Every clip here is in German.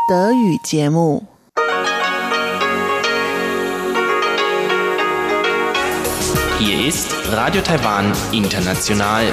Hier ist Radio Taiwan International.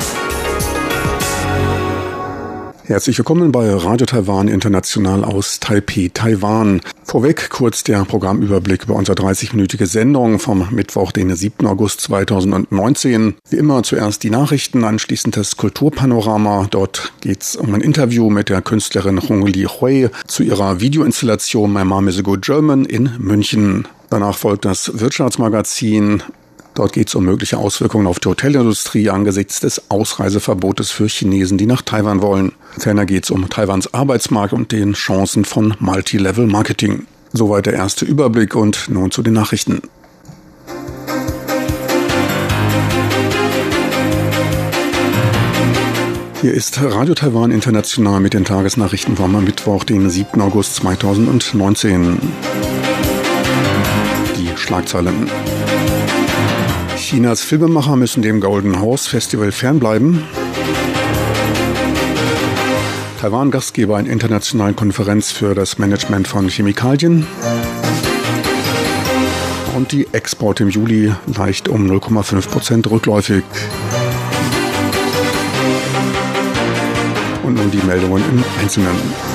Herzlich willkommen bei Radio Taiwan International aus Taipei, Taiwan. Vorweg kurz der Programmüberblick über unsere 30-minütige Sendung vom Mittwoch, den 7. August 2019. Wie immer zuerst die Nachrichten, anschließend das Kulturpanorama. Dort geht's um ein Interview mit der Künstlerin Hong Li Hui zu ihrer Videoinstallation My Mom is a Good German in München. Danach folgt das Wirtschaftsmagazin. Dort geht es um mögliche Auswirkungen auf die Hotelindustrie angesichts des Ausreiseverbotes für Chinesen, die nach Taiwan wollen. Ferner geht es um Taiwans Arbeitsmarkt und den Chancen von Multilevel-Marketing. Soweit der erste Überblick und nun zu den Nachrichten. Hier ist Radio Taiwan International mit den Tagesnachrichten vom Mittwoch, den 7. August 2019. Die Schlagzeilen. Chinas Filmemacher müssen dem Golden Horse Festival fernbleiben. Taiwan Gastgeber einer internationalen Konferenz für das Management von Chemikalien. Und die Exporte im Juli leicht um 0,5% rückläufig. Und nun die Meldungen im Einzelnen.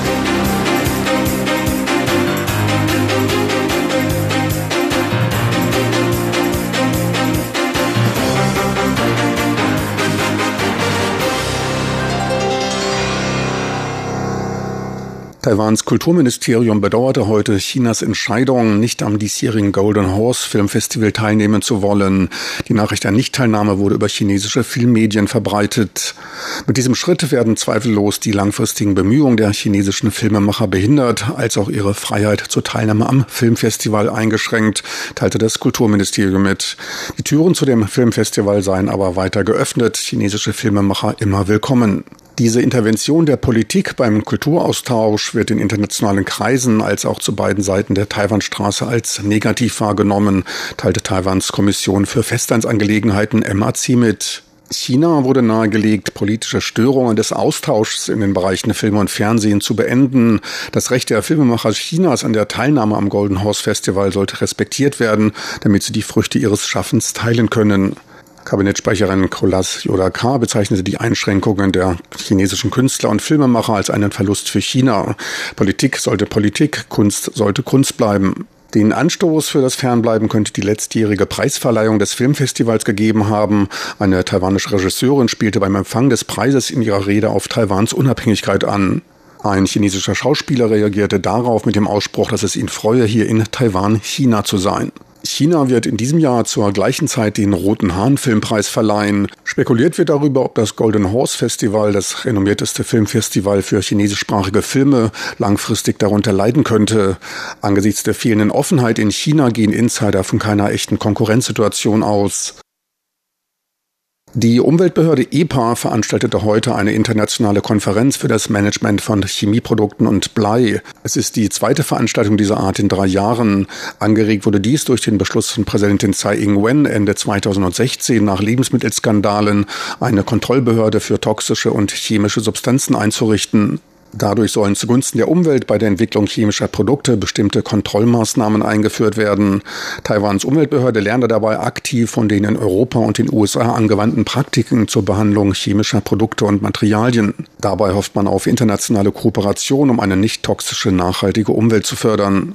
Taiwans Kulturministerium bedauerte heute Chinas Entscheidung, nicht am diesjährigen Golden Horse Filmfestival teilnehmen zu wollen. Die Nachricht der Nichtteilnahme wurde über chinesische Filmmedien verbreitet. Mit diesem Schritt werden zweifellos die langfristigen Bemühungen der chinesischen Filmemacher behindert, als auch ihre Freiheit zur Teilnahme am Filmfestival eingeschränkt, teilte das Kulturministerium mit. Die Türen zu dem Filmfestival seien aber weiter geöffnet, chinesische Filmemacher immer willkommen. Diese Intervention der Politik beim Kulturaustausch wird in internationalen Kreisen als auch zu beiden Seiten der Taiwanstraße als negativ wahrgenommen, teilte Taiwans Kommission für Festlandsangelegenheiten MAC mit. China wurde nahegelegt, politische Störungen des Austauschs in den Bereichen Film und Fernsehen zu beenden. Das Recht der Filmemacher Chinas an der Teilnahme am Golden Horse Festival sollte respektiert werden, damit sie die Früchte ihres Schaffens teilen können. Kabinettssprecherin Kolas Yodaka bezeichnete die Einschränkungen der chinesischen Künstler und Filmemacher als einen Verlust für China. Politik sollte Politik, Kunst sollte Kunst bleiben. Den Anstoß für das Fernbleiben könnte die letztjährige Preisverleihung des Filmfestivals gegeben haben. Eine taiwanische Regisseurin spielte beim Empfang des Preises in ihrer Rede auf Taiwans Unabhängigkeit an. Ein chinesischer Schauspieler reagierte darauf mit dem Ausspruch, dass es ihn freue, hier in Taiwan, China zu sein. China wird in diesem Jahr zur gleichen Zeit den Roten Hahn-Filmpreis verleihen. Spekuliert wird darüber, ob das Golden Horse Festival, das renommierteste Filmfestival für chinesischsprachige Filme, langfristig darunter leiden könnte. Angesichts der fehlenden Offenheit in China gehen Insider von keiner echten Konkurrenzsituation aus. Die Umweltbehörde EPA veranstaltete heute eine internationale Konferenz für das Management von Chemieprodukten und Blei. Es ist die zweite Veranstaltung dieser Art in 3 Jahren. Angeregt wurde dies durch den Beschluss von Präsidentin Tsai Ing-wen Ende 2016 nach Lebensmittelskandalen eine Kontrollbehörde für toxische und chemische Substanzen einzurichten. Dadurch sollen zugunsten der Umwelt bei der Entwicklung chemischer Produkte bestimmte Kontrollmaßnahmen eingeführt werden. Taiwans Umweltbehörde lernte dabei aktiv von den in Europa und den USA angewandten Praktiken zur Behandlung chemischer Produkte und Materialien. Dabei hofft man auf internationale Kooperation, um eine nicht toxische, nachhaltige Umwelt zu fördern.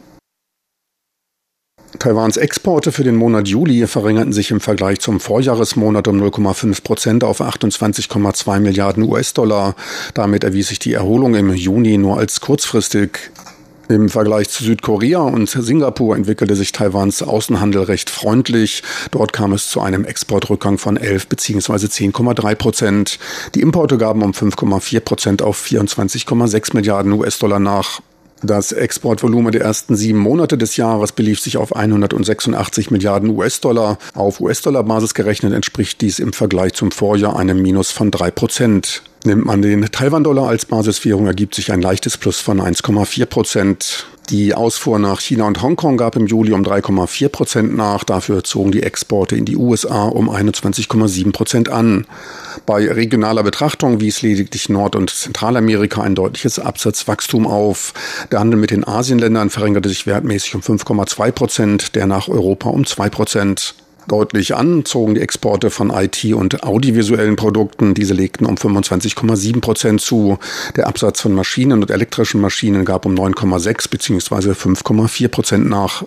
Taiwans Exporte für den Monat Juli verringerten sich im Vergleich zum Vorjahresmonat um 0,5% auf 28,2 Milliarden US-Dollar. Damit erwies sich die Erholung im Juni nur als kurzfristig. Im Vergleich zu Südkorea und Singapur entwickelte sich Taiwans Außenhandel recht freundlich. Dort kam es zu einem Exportrückgang von 11 bzw. 10,3%. Die Importe gaben um 5,4% auf 24,6 Milliarden US-Dollar nach. Das Exportvolumen der ersten 7 Monate des Jahres belief sich auf 186 Milliarden US-Dollar. Auf US-Dollar-Basis gerechnet entspricht dies im Vergleich zum Vorjahr einem Minus von 3%. Nimmt man den Taiwan-Dollar als Basiswährung, ergibt sich ein leichtes Plus von 1,4%. Die Ausfuhr nach China und Hongkong gab im Juli um 3,4% nach. Dafür zogen die Exporte in die USA um 21,7% an. Bei regionaler Betrachtung wies lediglich Nord- und Zentralamerika ein deutliches Absatzwachstum auf. Der Handel mit den Asienländern verringerte sich wertmäßig um 5,2%, der nach Europa um 2%. Deutlich an zogen die Exporte von IT- und audiovisuellen Produkten. Diese legten um 25,7% zu. Der Absatz von Maschinen und elektrischen Maschinen gab um 9,6 bzw. 5,4% nach.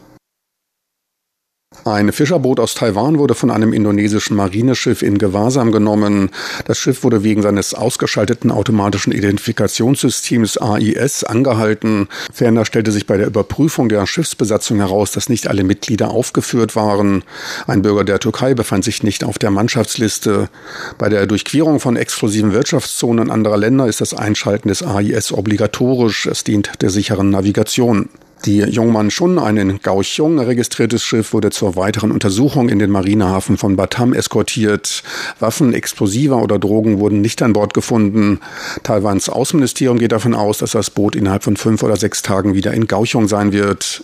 Ein Fischerboot aus Taiwan wurde von einem indonesischen Marineschiff in Gewahrsam genommen. Das Schiff wurde wegen seines ausgeschalteten automatischen Identifikationssystems AIS angehalten. Ferner stellte sich bei der Überprüfung der Schiffsbesatzung heraus, dass nicht alle Mitglieder aufgeführt waren. Ein Bürger der Türkei befand sich nicht auf der Mannschaftsliste. Bei der Durchquerung von exklusiven Wirtschaftszonen anderer Länder ist das Einschalten des AIS obligatorisch. Es dient der sicheren Navigation. Die Yongman Shun, ein in Kaohsiung registriertes Schiff, wurde zur weiteren Untersuchung in den Marinehafen von Batam eskortiert. Waffen, Explosiva oder Drogen wurden nicht an Bord gefunden. Taiwans Außenministerium geht davon aus, dass das Boot innerhalb von 5 oder 6 Tagen wieder in Kaohsiung sein wird.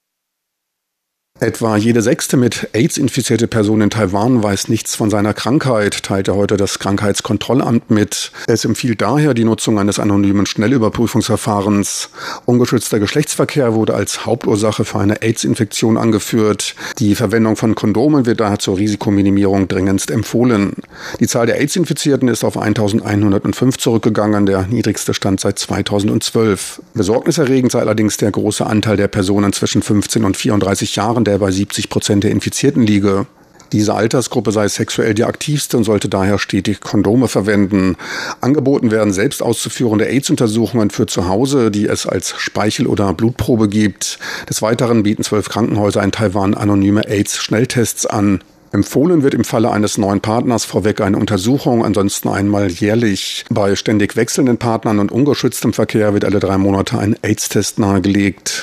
Etwa jede 6. mit AIDS infizierte Person in Taiwan weiß nichts von seiner Krankheit, teilte heute das Krankheitskontrollamt mit. Es empfiehlt daher die Nutzung eines anonymen Schnellüberprüfungsverfahrens. Ungeschützter Geschlechtsverkehr wurde als Hauptursache für eine AIDS-Infektion angeführt. Die Verwendung von Kondomen wird daher zur Risikominimierung dringendst empfohlen. Die Zahl der AIDS-Infizierten ist auf 1.105 zurückgegangen, der niedrigste Stand seit 2012. Besorgniserregend sei allerdings der große Anteil der Personen zwischen 15 und 34 Jahren, der bei 70% der Infizierten liege. Diese Altersgruppe sei sexuell die aktivste und sollte daher stetig Kondome verwenden. Angeboten werden selbst auszuführende AIDS-Untersuchungen für zu Hause, die es als Speichel- oder Blutprobe gibt. Des Weiteren bieten 12 Krankenhäuser in Taiwan anonyme AIDS-Schnelltests an. Empfohlen wird im Falle eines neuen Partners vorweg eine Untersuchung, ansonsten einmal jährlich. Bei ständig wechselnden Partnern und ungeschütztem Verkehr wird alle 3 Monate ein AIDS-Test nahegelegt.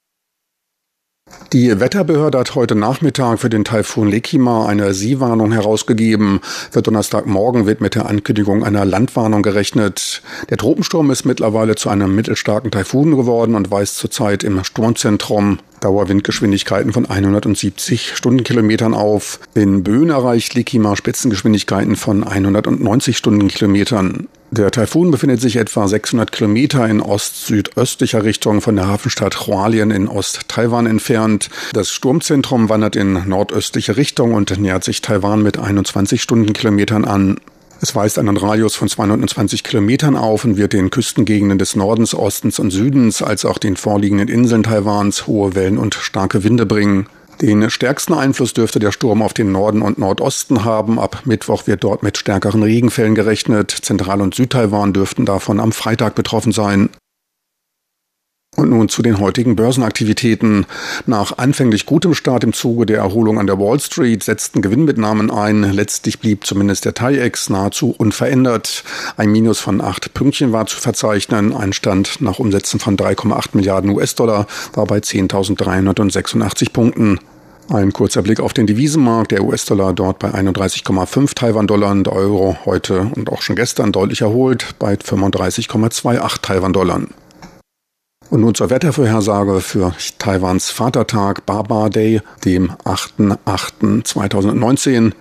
Die Wetterbehörde hat heute Nachmittag für den Taifun Lekima eine Seewarnung herausgegeben. Für Donnerstagmorgen wird mit der Ankündigung einer Landwarnung gerechnet. Der Tropensturm ist mittlerweile zu einem mittelstarken Taifun geworden und weist zurzeit im Sturmzentrum Dauerwindgeschwindigkeiten von 170 Stundenkilometern auf. In Böen erreicht Lekima Spitzengeschwindigkeiten von 190 Stundenkilometern. Der Taifun befindet sich etwa 600 Kilometer in ost-südöstlicher Richtung von der Hafenstadt Hualien in Ost-Taiwan entfernt. Das Sturmzentrum wandert in nordöstliche Richtung und nähert sich Taiwan mit 21 Stundenkilometern an. Es weist einen Radius von 220 Kilometern auf und wird den Küstengegenden des Nordens, Ostens und Südens als auch den vorliegenden Inseln Taiwans hohe Wellen und starke Winde bringen. Den stärksten Einfluss dürfte der Sturm auf den Norden und Nordosten haben. Ab Mittwoch wird dort mit stärkeren Regenfällen gerechnet. Zentral- und Südtaiwan dürften davon am Freitag betroffen sein. Und nun zu den heutigen Börsenaktivitäten. Nach anfänglich gutem Start im Zuge der Erholung an der Wall Street setzten Gewinnmitnahmen ein. Letztlich blieb zumindest der TAIEX nahezu unverändert. Ein Minus von 8 Pünktchen war zu verzeichnen. Ein Stand nach Umsätzen von 3,8 Milliarden US-Dollar war bei 10.386 Punkten. Ein kurzer Blick auf den Devisenmarkt. Der US-Dollar dort bei 31,5 Taiwan-Dollar, der Euro heute und auch schon gestern deutlich erholt bei 35,28 Taiwan-Dollar. Und nun zur Wettervorhersage für Taiwans Vatertag, Baba Day, dem 8.8.2019.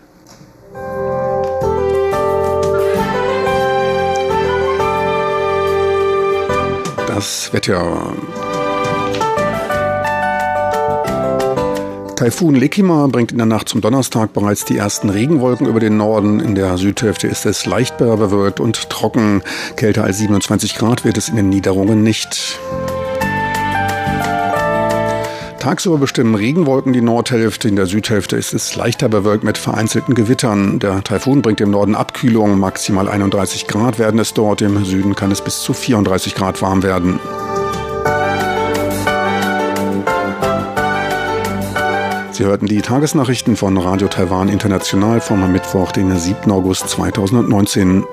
Das Wetter. Taifun Lekima bringt in der Nacht zum Donnerstag bereits die ersten Regenwolken über den Norden. In der Südhälfte ist es leicht bewölkt und trocken. Kälter als 27 Grad wird es in den Niederungen nicht. Tagsüber bestimmen Regenwolken die Nordhälfte, in der Südhälfte ist es leichter bewölkt mit vereinzelten Gewittern. Der Taifun bringt im Norden Abkühlung, maximal 31 Grad werden es dort, im Süden kann es bis zu 34 Grad warm werden. Sie hörten die Tagesnachrichten von Radio Taiwan International vom Mittwoch, den 7. August 2019.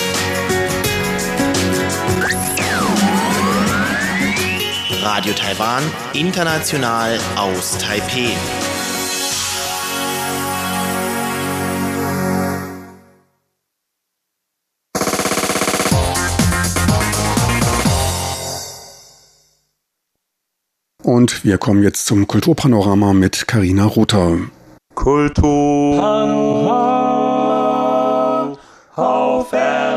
Radio Taiwan Taiwan, international aus Taipeh. Und wir kommen jetzt zum Kulturpanorama mit Carina Rother. Kulturpanorama auf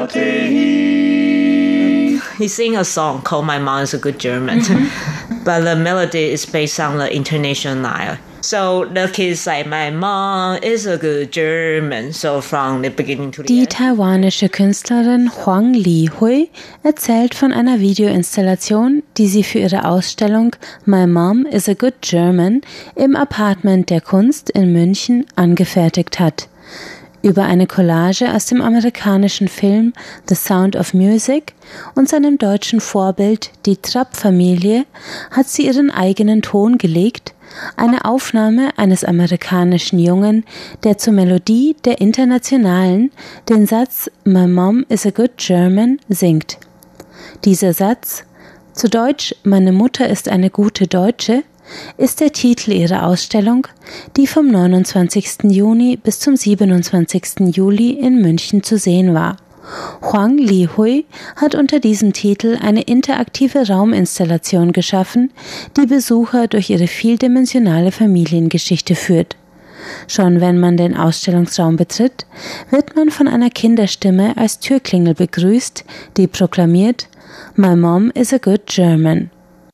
RTI. He sang a song called My Mom is a Good German, but the melody is based on the International Nile. So the kids say, My mom is a good German. So from the beginning to the Die end. taiwanische Künstlerin Huang Li-hui erzählt von einer Videoinstallation, die sie für ihre Ausstellung My Mom is a Good German im Apartment der Kunst in München angefertigt hat. Über eine Collage aus dem amerikanischen Film The Sound of Music und seinem deutschen Vorbild Die Trapp-Familie hat sie ihren eigenen Ton gelegt, eine Aufnahme eines amerikanischen Jungen, der zur Melodie der Internationalen den Satz My Mom is a Good German singt. Dieser Satz, zu Deutsch Meine Mutter ist eine gute Deutsche, ist der Titel ihrer Ausstellung, die vom 29. Juni bis zum 27. Juli in München zu sehen war. Huang Li-hui hat unter diesem Titel eine interaktive Rauminstallation geschaffen, die Besucher durch ihre vieldimensionale Familiengeschichte führt. Schon wenn man den Ausstellungsraum betritt, wird man von einer Kinderstimme als Türklingel begrüßt, die proklamiert, My Mom is a Good German.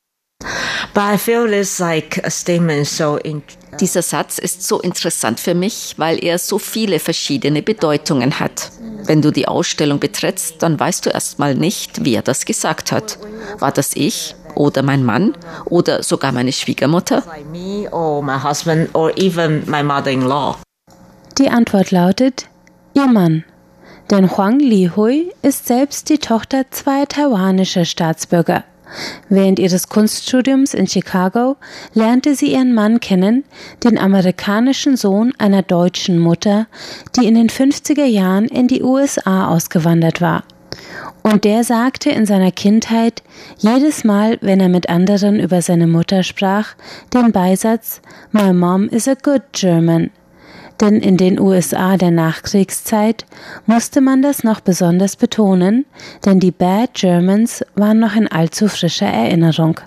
But I feel this like a statement so Dieser Satz ist so interessant für mich, weil er so viele verschiedene Bedeutungen hat. Wenn du die Ausstellung betrittst, dann weißt du erstmal nicht, wer das gesagt hat. War das ich oder mein Mann oder sogar meine Schwiegermutter? like me or my husband or even my mother-in-law. Die Antwort lautet, ihr Mann. Denn Huang Li-hui ist selbst die Tochter zweier taiwanischer Staatsbürger. Während ihres Kunststudiums in Chicago lernte sie ihren Mann kennen, den amerikanischen Sohn einer deutschen Mutter, die in den 50er Jahren in die USA ausgewandert war. Und der sagte in seiner Kindheit jedes Mal, wenn er mit anderen über seine Mutter sprach, den Beisatz My Mom is a good German. Denn in den USA der Nachkriegszeit musste man das noch besonders betonen, denn die Bad Germans waren noch in allzu frischer Erinnerung.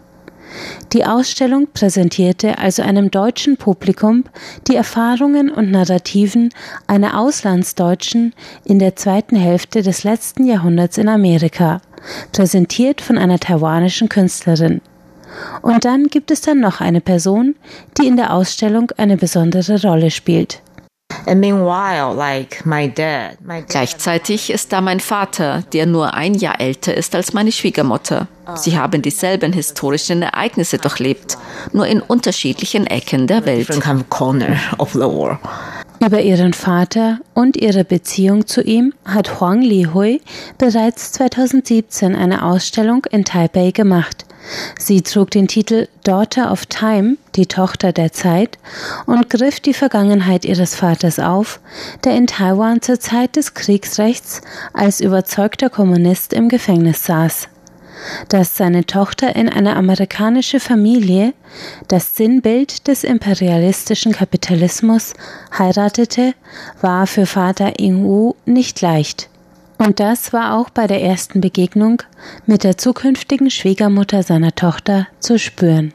Die Ausstellung präsentierte also einem deutschen Publikum die Erfahrungen und Narrativen einer Auslandsdeutschen in der zweiten Hälfte des letzten Jahrhunderts in Amerika, präsentiert von einer taiwanischen Künstlerin. Und dann gibt es dann noch eine Person, die in der Ausstellung eine besondere Rolle spielt. And meanwhile, like my dad. Gleichzeitig ist da mein Vater, der nur ein Jahr älter ist als meine Schwiegermutter. Sie haben dieselben historischen Ereignisse durchlebt, nur in unterschiedlichen Ecken der Welt. Different kind of corner of the world. Über ihren Vater und ihre Beziehung zu ihm hat Huang Li-hui bereits 2017 eine Ausstellung in Taipei gemacht. Sie trug den Titel Daughter of Time, die Tochter der Zeit, und griff die Vergangenheit ihres Vaters auf, der in Taiwan zur Zeit des Kriegsrechts als überzeugter Kommunist im Gefängnis saß. Dass seine Tochter in eine amerikanische Familie, das Sinnbild des imperialistischen Kapitalismus, heiratete, war für Vater Ing-wu nicht leicht. Und das war auch bei der ersten Begegnung mit der zukünftigen Schwiegermutter seiner Tochter zu spüren.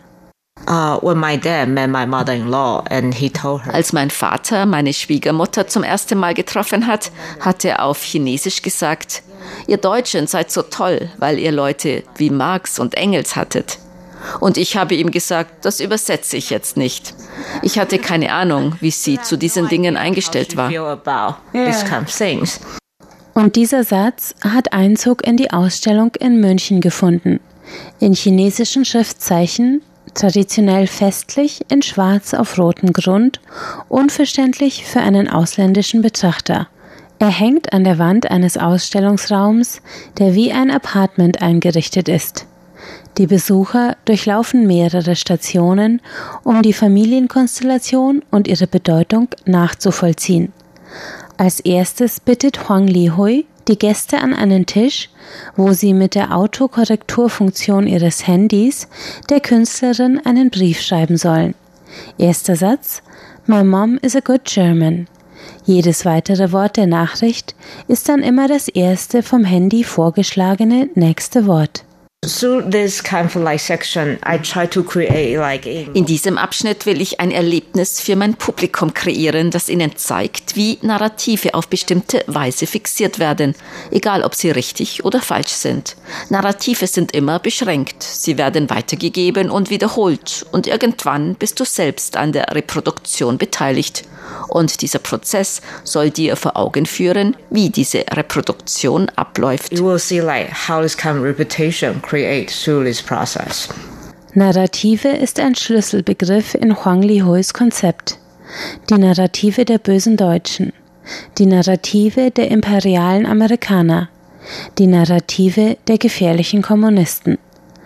When my dad met my mother-in-law and he told her. Als mein Vater meine Schwiegermutter zum ersten Mal getroffen hat, hat er auf Chinesisch gesagt, ihr Deutschen seid so toll, weil ihr Leute wie Marx und Engels hattet. Und ich habe ihm gesagt, das übersetze ich jetzt nicht. Ich hatte keine Ahnung, wie sie zu diesen Dingen eingestellt war. Und dieser Satz hat Einzug in die Ausstellung in München gefunden. In chinesischen Schriftzeichen, traditionell festlich in schwarz auf rotem Grund, unverständlich für einen ausländischen Betrachter. Er hängt an der Wand eines Ausstellungsraums, der wie ein Apartment eingerichtet ist. Die Besucher durchlaufen mehrere Stationen, um die Familienkonstellation und ihre Bedeutung nachzuvollziehen. Als erstes bittet Huang Li-hui die Gäste an einen Tisch, wo sie mit der Autokorrekturfunktion ihres Handys der Künstlerin einen Brief schreiben sollen. Erster Satz: My mom is a good German. Jedes weitere Wort der Nachricht ist dann immer das erste vom Handy vorgeschlagene nächste Wort. In diesem Abschnitt will ich ein Erlebnis für mein Publikum kreieren, das ihnen zeigt, wie Narrative auf bestimmte Weise fixiert werden, egal ob sie richtig oder falsch sind. Narrative sind immer beschränkt, sie werden weitergegeben und wiederholt und irgendwann bist du selbst an der Reproduktion beteiligt. Und dieser Prozess soll dir vor Augen führen, wie diese Reproduktion abläuft. You will see how this kind of repetition creates through this process. Narrative ist ein Schlüsselbegriff in Hwang Li-huis Konzept. Die Narrative der bösen Deutschen, die Narrative der imperialen Amerikaner, die Narrative der gefährlichen Kommunisten.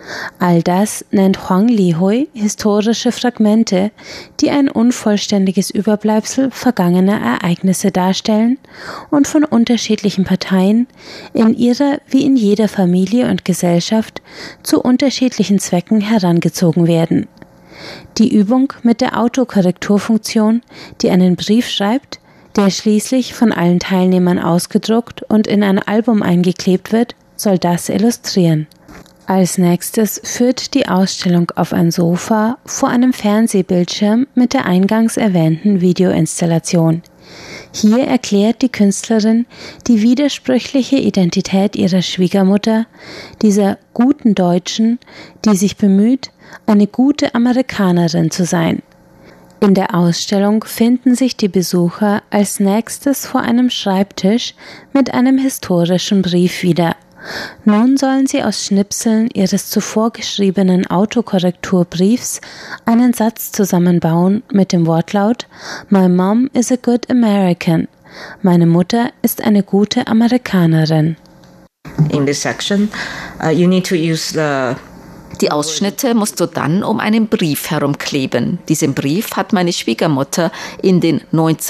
All das nennt Hwang Li-hui historische Fragmente, die ein unvollständiges Überbleibsel vergangener Ereignisse darstellen und von unterschiedlichen Parteien in ihrer wie in jeder Familie und Gesellschaft zu unterschiedlichen Zwecken herangezogen werden. Die Übung mit der Autokorrekturfunktion, die einen Brief schreibt, der schließlich von allen Teilnehmern ausgedruckt und in ein Album eingeklebt wird, soll das illustrieren. Als nächstes führt die Ausstellung auf ein Sofa vor einem Fernsehbildschirm mit der eingangs erwähnten Videoinstallation. Hier erklärt die Künstlerin die widersprüchliche Identität ihrer Schwiegermutter, dieser guten Deutschen, die sich bemüht, eine gute Amerikanerin zu sein. In der Ausstellung finden sich die Besucher als nächstes vor einem Schreibtisch mit einem historischen Brief wieder. Nun sollen sie aus Schnipseln ihres zuvor geschriebenen Autokorrekturbriefs einen Satz zusammenbauen mit dem Wortlaut My mom is a good American. Meine Mutter ist eine gute Amerikanerin. In this section, you need to use Die Ausschnitte musst du dann um einen Brief herumkleben. Diesen Brief hat meine Schwiegermutter in den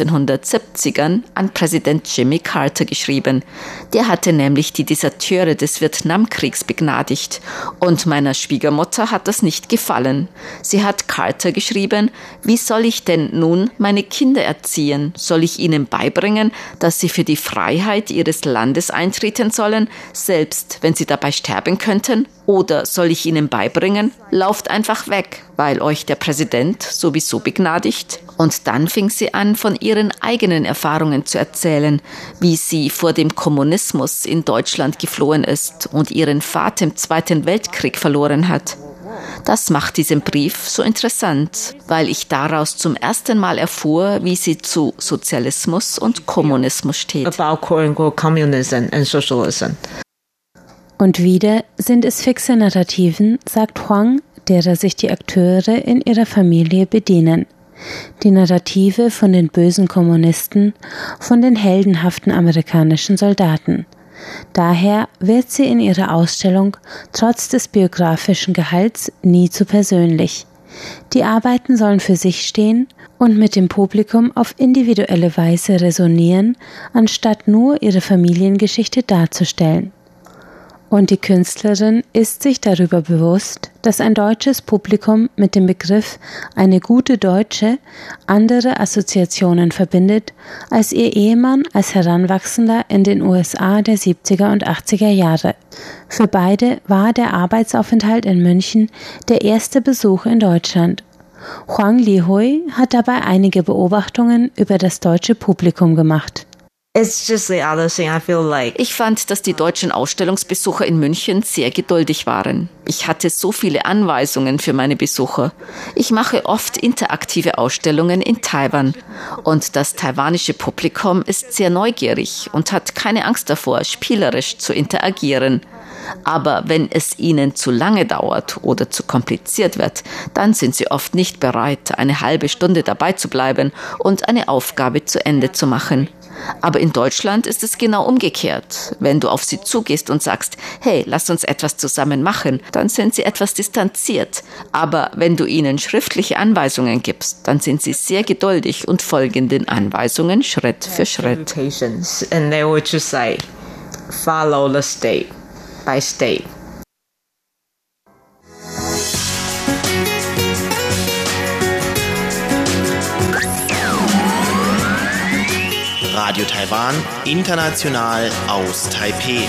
1970ern an Präsident Jimmy Carter geschrieben. Der hatte nämlich die Deserteure des Vietnamkriegs begnadigt. Und meiner Schwiegermutter hat das nicht gefallen. Sie hat Carter geschrieben: Wie soll ich denn nun meine Kinder erziehen? Soll ich ihnen beibringen, dass sie für die Freiheit ihres Landes eintreten sollen, selbst wenn sie dabei sterben könnten? Oder soll ich ihnen beibringen, lauft einfach weg, weil euch der Präsident sowieso begnadigt? Und dann fing sie an, von ihren eigenen Erfahrungen zu erzählen, wie sie vor dem Kommunismus in Deutschland geflohen ist und ihren Vater im Zweiten Weltkrieg verloren hat. Das macht diesen Brief so interessant, weil ich daraus zum ersten Mal erfuhr, wie sie zu Sozialismus und Kommunismus steht. About quote-unquote communism and socialism. Und wieder sind es fixe Narrativen, sagt Hwang, derer sich die Akteure in ihrer Familie bedienen. Die Narrative von den bösen Kommunisten, von den heldenhaften amerikanischen Soldaten. Daher wird sie in ihrer Ausstellung trotz des biografischen Gehalts nie zu persönlich. Die Arbeiten sollen für sich stehen und mit dem Publikum auf individuelle Weise resonieren, anstatt nur ihre Familiengeschichte darzustellen. Und die Künstlerin ist sich darüber bewusst, dass ein deutsches Publikum mit dem Begriff eine gute Deutsche andere Assoziationen verbindet als ihr Ehemann als Heranwachsender in den USA der 70er und 80er Jahre. Für beide war der Arbeitsaufenthalt in München der erste Besuch in Deutschland. Hwang Li-hui hat dabei einige Beobachtungen über das deutsche Publikum gemacht. Ich fand, dass die deutschen Ausstellungsbesucher in München sehr geduldig waren. Ich hatte so viele Anweisungen für meine Besucher. Ich mache oft interaktive Ausstellungen in Taiwan. Und das taiwanische Publikum ist sehr neugierig und hat keine Angst davor, spielerisch zu interagieren. Aber wenn es ihnen zu lange dauert oder zu kompliziert wird, dann sind sie oft nicht bereit, eine halbe Stunde dabei zu bleiben und eine Aufgabe zu Ende zu machen. Aber in Deutschland ist es genau umgekehrt. Wenn du auf sie zugehst und sagst, hey, lass uns etwas zusammen machen, dann sind sie etwas distanziert. Aber wenn du ihnen schriftliche Anweisungen gibst, dann sind sie sehr geduldig und folgen den Anweisungen Schritt für Schritt. follow the state by state. Radio Taiwan, international aus Taipeh.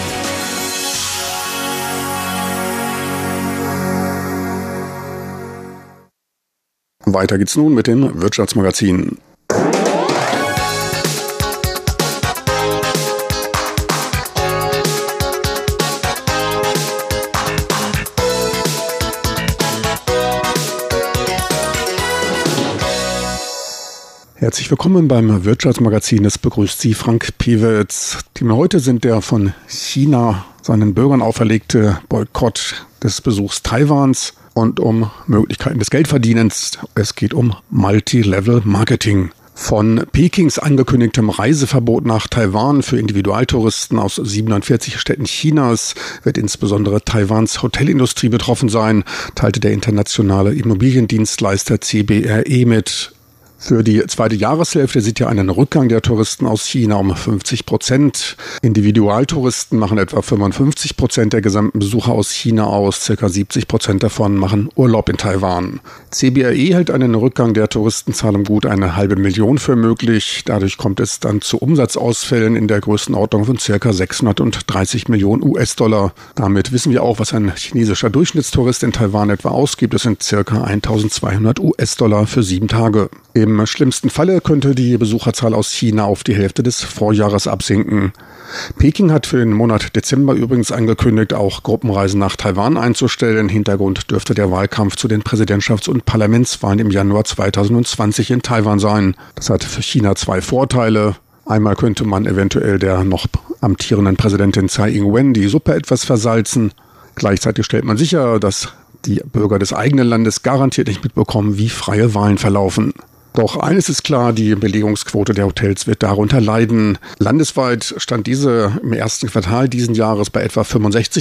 Weiter geht's nun mit dem Wirtschaftsmagazin. Herzlich willkommen beim Wirtschaftsmagazin. Es begrüßt Sie Frank Pewitz. Themen heute sind der von China seinen Bürgern auferlegte Boykott des Besuchs Taiwans und um Möglichkeiten des Geldverdienens. Es geht um Multi-Level-Marketing. Von Pekings angekündigtem Reiseverbot nach Taiwan für Individualtouristen aus 47 Städten Chinas wird insbesondere Taiwans Hotelindustrie betroffen sein, teilte der internationale Immobiliendienstleister CBRE mit. Für die zweite Jahreshälfte sieht ja einen Rückgang der Touristen aus China um 50%. Individualtouristen machen etwa 55% der gesamten Besucher aus China aus. Circa 70% davon machen Urlaub in Taiwan. CBRE hält einen Rückgang der Touristenzahl um gut 500.000 für möglich. Dadurch kommt es dann zu Umsatzausfällen in der Größenordnung von circa 630 Millionen US-Dollar. Damit wissen wir auch, was ein chinesischer Durchschnittstourist in Taiwan etwa ausgibt. Es sind circa 1.200 US-Dollar für 7 Tage. Im schlimmsten Falle könnte die Besucherzahl aus China auf die Hälfte des Vorjahres absinken. Peking hat für den Monat Dezember übrigens angekündigt, auch Gruppenreisen nach Taiwan einzustellen. Hintergrund dürfte der Wahlkampf zu den Präsidentschafts- und Parlamentswahlen im Januar 2020 in Taiwan sein. Das hat für China 2 Vorteile. Einmal könnte man eventuell der noch amtierenden Präsidentin Tsai Ing-wen die Suppe etwas versalzen. Gleichzeitig stellt man sicher, dass die Bürger des eigenen Landes garantiert nicht mitbekommen, wie freie Wahlen verlaufen. Doch eines ist klar, die Belegungsquote der Hotels wird darunter leiden. Landesweit stand diese im ersten Quartal diesen Jahres bei etwa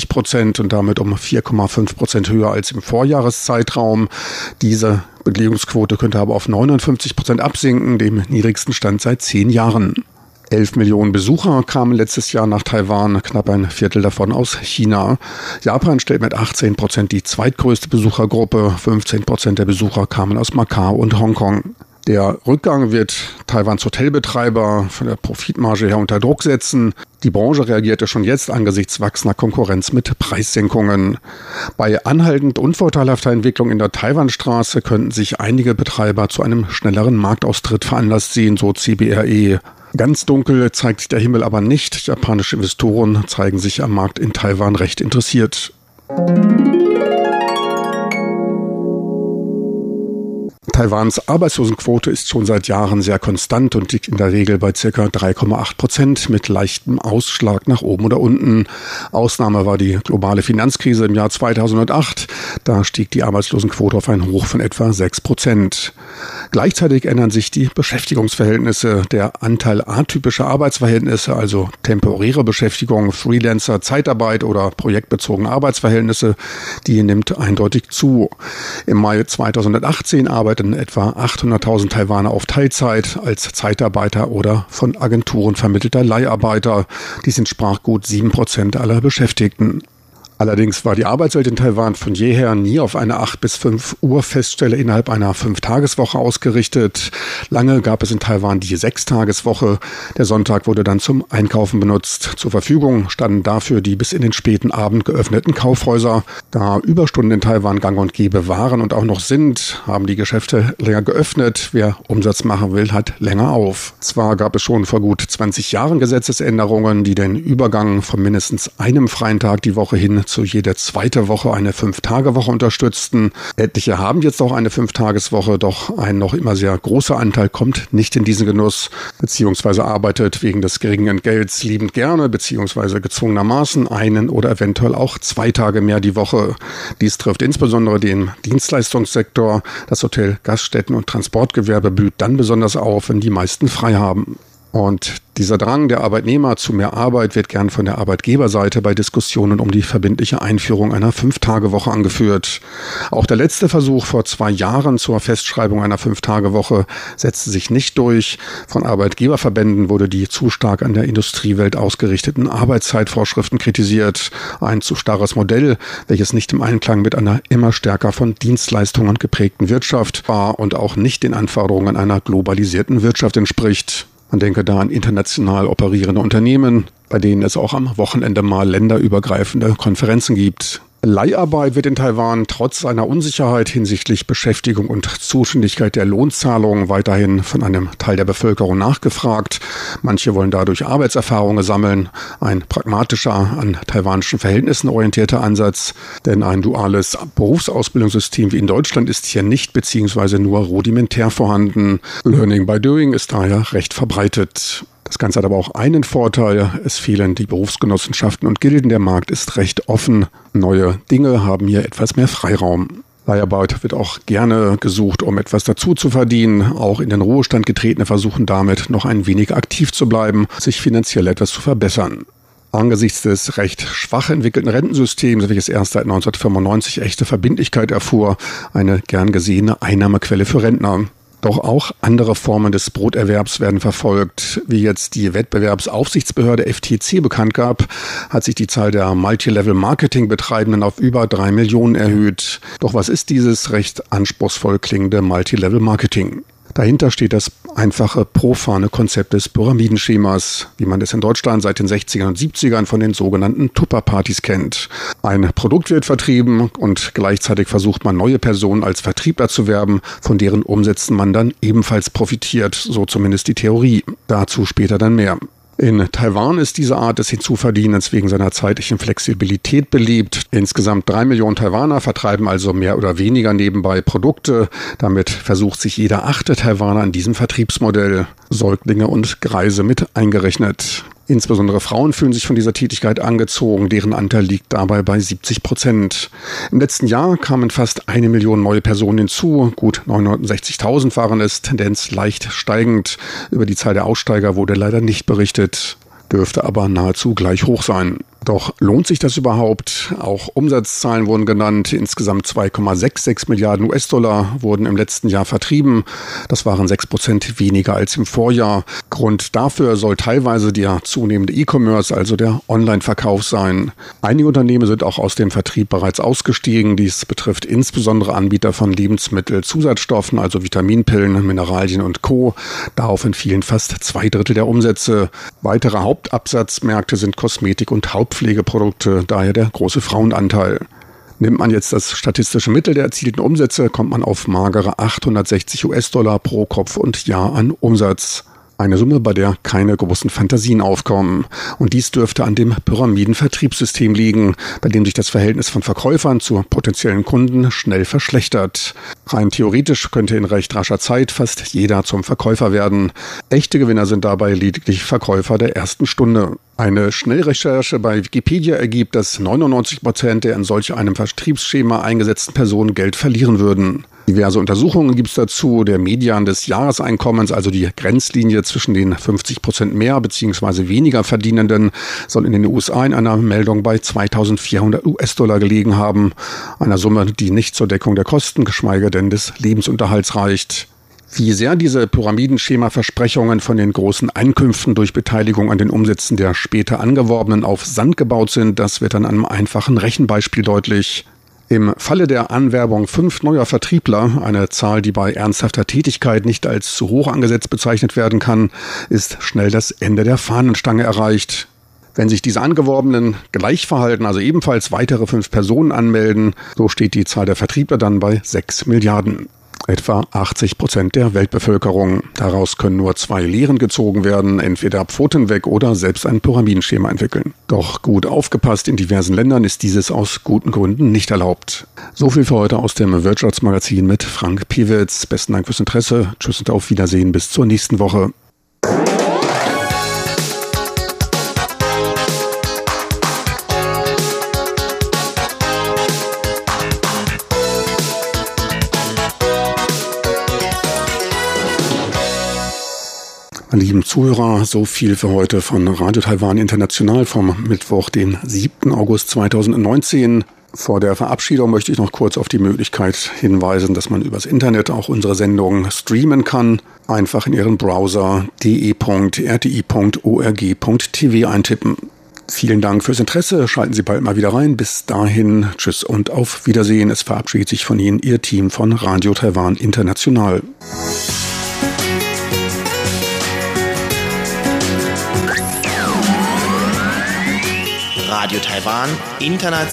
65% und damit um 4,5% höher als im Vorjahreszeitraum. Diese Belegungsquote könnte aber auf 59% absinken, dem niedrigsten Stand seit 10 Jahren. 11 Millionen Besucher kamen letztes Jahr nach Taiwan, knapp ein Viertel davon aus China. Japan stellt mit 18% die zweitgrößte Besuchergruppe, 15% der Besucher kamen aus Macau und Hongkong. Der Rückgang wird Taiwans Hotelbetreiber von der Profitmarge her unter Druck setzen. Die Branche reagierte schon jetzt angesichts wachsender Konkurrenz mit Preissenkungen. Bei anhaltend unvorteilhafter Entwicklung in der Taiwanstraße könnten sich einige Betreiber zu einem schnelleren Marktaustritt veranlasst sehen, so CBRE. Ganz dunkel zeigt sich der Himmel aber nicht. Japanische Investoren zeigen sich am Markt in Taiwan recht interessiert. Taiwans Arbeitslosenquote ist schon seit Jahren sehr konstant und liegt in der Regel bei ca. 3,8% mit leichtem Ausschlag nach oben oder unten. Ausnahme war die globale Finanzkrise im Jahr 2008. Da stieg die Arbeitslosenquote auf ein Hoch von etwa 6%. Gleichzeitig ändern sich die Beschäftigungsverhältnisse. Der Anteil atypischer Arbeitsverhältnisse, also temporäre Beschäftigung, Freelancer, Zeitarbeit oder projektbezogene Arbeitsverhältnisse, die nimmt eindeutig zu. Im Mai 2018 arbeiteten etwa 800.000 Taiwaner auf Teilzeit als Zeitarbeiter oder von Agenturen vermittelter Leiharbeiter. Dies entsprach gut 7% aller Beschäftigten. Allerdings war die Arbeitswelt in Taiwan von jeher nie auf eine 8 bis 5 Uhr Feststelle innerhalb einer 5-Tageswoche ausgerichtet. Lange gab es in Taiwan die 6-Tageswoche. Der Sonntag wurde dann zum Einkaufen benutzt. Zur Verfügung standen dafür die bis in den späten Abend geöffneten Kaufhäuser. Da Überstunden in Taiwan gang und gäbe waren und auch noch sind, haben die Geschäfte länger geöffnet. Wer Umsatz machen will, hat länger auf. Zwar gab es schon vor gut 20 Jahren Gesetzesänderungen, die den Übergang von mindestens einem freien Tag die Woche hin zu jeder zweite Woche eine 5-Tage-Woche unterstützten. Etliche haben jetzt auch eine 5-Tageswoche, doch ein noch immer sehr großer Anteil kommt nicht in diesen Genuss, beziehungsweise arbeitet wegen des geringen Entgelts liebend gerne, beziehungsweise gezwungenermaßen einen oder eventuell auch 2 Tage mehr die Woche. Dies trifft insbesondere den Dienstleistungssektor. Das Hotel, Gaststätten und Transportgewerbe blüht dann besonders auf, wenn die meisten frei haben. Und dieser Drang der Arbeitnehmer zu mehr Arbeit wird gern von der Arbeitgeberseite bei Diskussionen um die verbindliche Einführung einer 5-Tage-Woche angeführt. Auch der letzte Versuch vor 2 Jahren zur Festschreibung einer 5-Tage-Woche setzte sich nicht durch. Von Arbeitgeberverbänden wurde die zu stark an der Industriewelt ausgerichteten Arbeitszeitvorschriften kritisiert. Ein zu starres Modell, welches nicht im Einklang mit einer immer stärker von Dienstleistungen geprägten Wirtschaft war und auch nicht den Anforderungen einer globalisierten Wirtschaft entspricht. Man denke da an international operierende Unternehmen, bei denen es auch am Wochenende mal länderübergreifende Konferenzen gibt. Leiharbeit wird in Taiwan trotz seiner Unsicherheit hinsichtlich Beschäftigung und Zuständigkeit der Lohnzahlungen weiterhin von einem Teil der Bevölkerung nachgefragt. Manche wollen dadurch Arbeitserfahrungen sammeln. Ein pragmatischer, an taiwanischen Verhältnissen orientierter Ansatz. Denn ein duales Berufsausbildungssystem wie in Deutschland ist hier nicht bzw. nur rudimentär vorhanden. Learning by Doing ist daher recht verbreitet. Das Ganze hat aber auch einen Vorteil. Es fehlen die Berufsgenossenschaften und Gilden. Der Markt ist recht offen. Neue Dinge haben hier etwas mehr Freiraum. Leiharbeit wird auch gerne gesucht, um etwas dazu zu verdienen. Auch in den Ruhestand getretene versuchen damit, noch ein wenig aktiv zu bleiben, sich finanziell etwas zu verbessern. Angesichts des recht schwach entwickelten Rentensystems, welches erst seit 1995 echte Verbindlichkeit erfuhr, eine gern gesehene Einnahmequelle für Rentner. Doch auch andere Formen des Broterwerbs werden verfolgt. Wie jetzt die Wettbewerbsaufsichtsbehörde FTC bekannt gab, hat sich die Zahl der Multilevel-Marketing-Betreibenden auf über 3 Millionen erhöht. Doch was ist dieses recht anspruchsvoll klingende Multilevel-Marketing? Dahinter steht das einfache, profane Konzept des Pyramidenschemas, wie man es in Deutschland seit den 60ern und 70ern von den sogenannten Tupperpartys kennt. Ein Produkt wird vertrieben und gleichzeitig versucht man, neue Personen als Vertriebler zu werben, von deren Umsätzen man dann ebenfalls profitiert, so zumindest die Theorie. Dazu später dann mehr. In Taiwan ist diese Art des Hinzuverdienens wegen seiner zeitlichen Flexibilität beliebt. Insgesamt 3 Millionen Taiwaner vertreiben also mehr oder weniger nebenbei Produkte. Damit versucht sich jeder 8. Taiwaner an diesem Vertriebsmodell. Säuglinge und Greise mit eingerechnet. Insbesondere Frauen fühlen sich von dieser Tätigkeit angezogen. Deren Anteil liegt dabei bei 70%. Im letzten Jahr kamen fast 1 Million neue Personen hinzu. Gut 960.000 waren es, Tendenz leicht steigend. Über die Zahl der Aussteiger wurde leider nicht berichtet. Dürfte aber nahezu gleich hoch sein. Doch lohnt sich das überhaupt? Auch Umsatzzahlen wurden genannt. Insgesamt 2,66 Milliarden US-Dollar wurden im letzten Jahr vertrieben. Das waren 6% weniger als im Vorjahr. Grund dafür soll teilweise der zunehmende E-Commerce, also der Online-Verkauf sein. Einige Unternehmen sind auch aus dem Vertrieb bereits ausgestiegen. Dies betrifft insbesondere Anbieter von Lebensmittelzusatzstoffen, also Vitaminpillen, Mineralien und Co. Darauf entfielen fast 2/3 der Umsätze. Weitere Hauptabsatzmärkte sind Kosmetik und Hautpflegeprodukte, daher der große Frauenanteil. Nimmt man jetzt das statistische Mittel der erzielten Umsätze, kommt man auf magere 860 US-Dollar pro Kopf und Jahr an Umsatz. Eine Summe, bei der keine großen Fantasien aufkommen. Und dies dürfte an dem Pyramidenvertriebssystem liegen, bei dem sich das Verhältnis von Verkäufern zu potenziellen Kunden schnell verschlechtert. Rein theoretisch könnte in recht rascher Zeit fast jeder zum Verkäufer werden. Echte Gewinner sind dabei lediglich Verkäufer der ersten Stunde. Eine Schnellrecherche bei Wikipedia ergibt, dass 99% der in solch einem Vertriebsschema eingesetzten Personen Geld verlieren würden. Diverse Untersuchungen gibt es dazu. Der Median des Jahreseinkommens, also die Grenzlinie zwischen den 50% mehr bzw. weniger Verdienenden, soll in den USA in einer Meldung bei 2.400 US-Dollar gelegen haben. Einer Summe, die nicht zur Deckung der Kosten, geschweige denn des Lebensunterhalts reicht. Wie sehr diese Pyramidenschema-Versprechungen von den großen Einkünften durch Beteiligung an den Umsätzen der später Angeworbenen auf Sand gebaut sind, das wird an einem einfachen Rechenbeispiel deutlich. Im Falle der Anwerbung 5 neuer Vertriebler, eine Zahl, die bei ernsthafter Tätigkeit nicht als zu hoch angesetzt bezeichnet werden kann, ist schnell das Ende der Fahnenstange erreicht. Wenn sich diese Angeworbenen gleich verhalten, also ebenfalls weitere 5 Personen anmelden, so steht die Zahl der Vertriebler dann bei 6 Milliarden. Etwa 80% der Weltbevölkerung. Daraus können nur 2 Lehren gezogen werden, entweder Pfoten weg oder selbst ein Pyramidenschema entwickeln. Doch gut aufgepasst, in diversen Ländern ist dieses aus guten Gründen nicht erlaubt. So viel für heute aus dem Wirtschaftsmagazin mit Frank Piewitz. Besten Dank fürs Interesse. Tschüss und auf Wiedersehen bis zur nächsten Woche. Meine lieben Zuhörer, so viel für heute von Radio Taiwan International vom Mittwoch, den 7. August 2019. Vor der Verabschiedung möchte ich noch kurz auf die Möglichkeit hinweisen, dass man übers Internet auch unsere Sendung streamen kann. Einfach in Ihren Browser de.rti.org.tv eintippen. Vielen Dank fürs Interesse. Schalten Sie bald mal wieder rein. Bis dahin, tschüss und auf Wiedersehen. Es verabschiedet sich von Ihnen Ihr Team von Radio Taiwan International. Radio Taiwan International.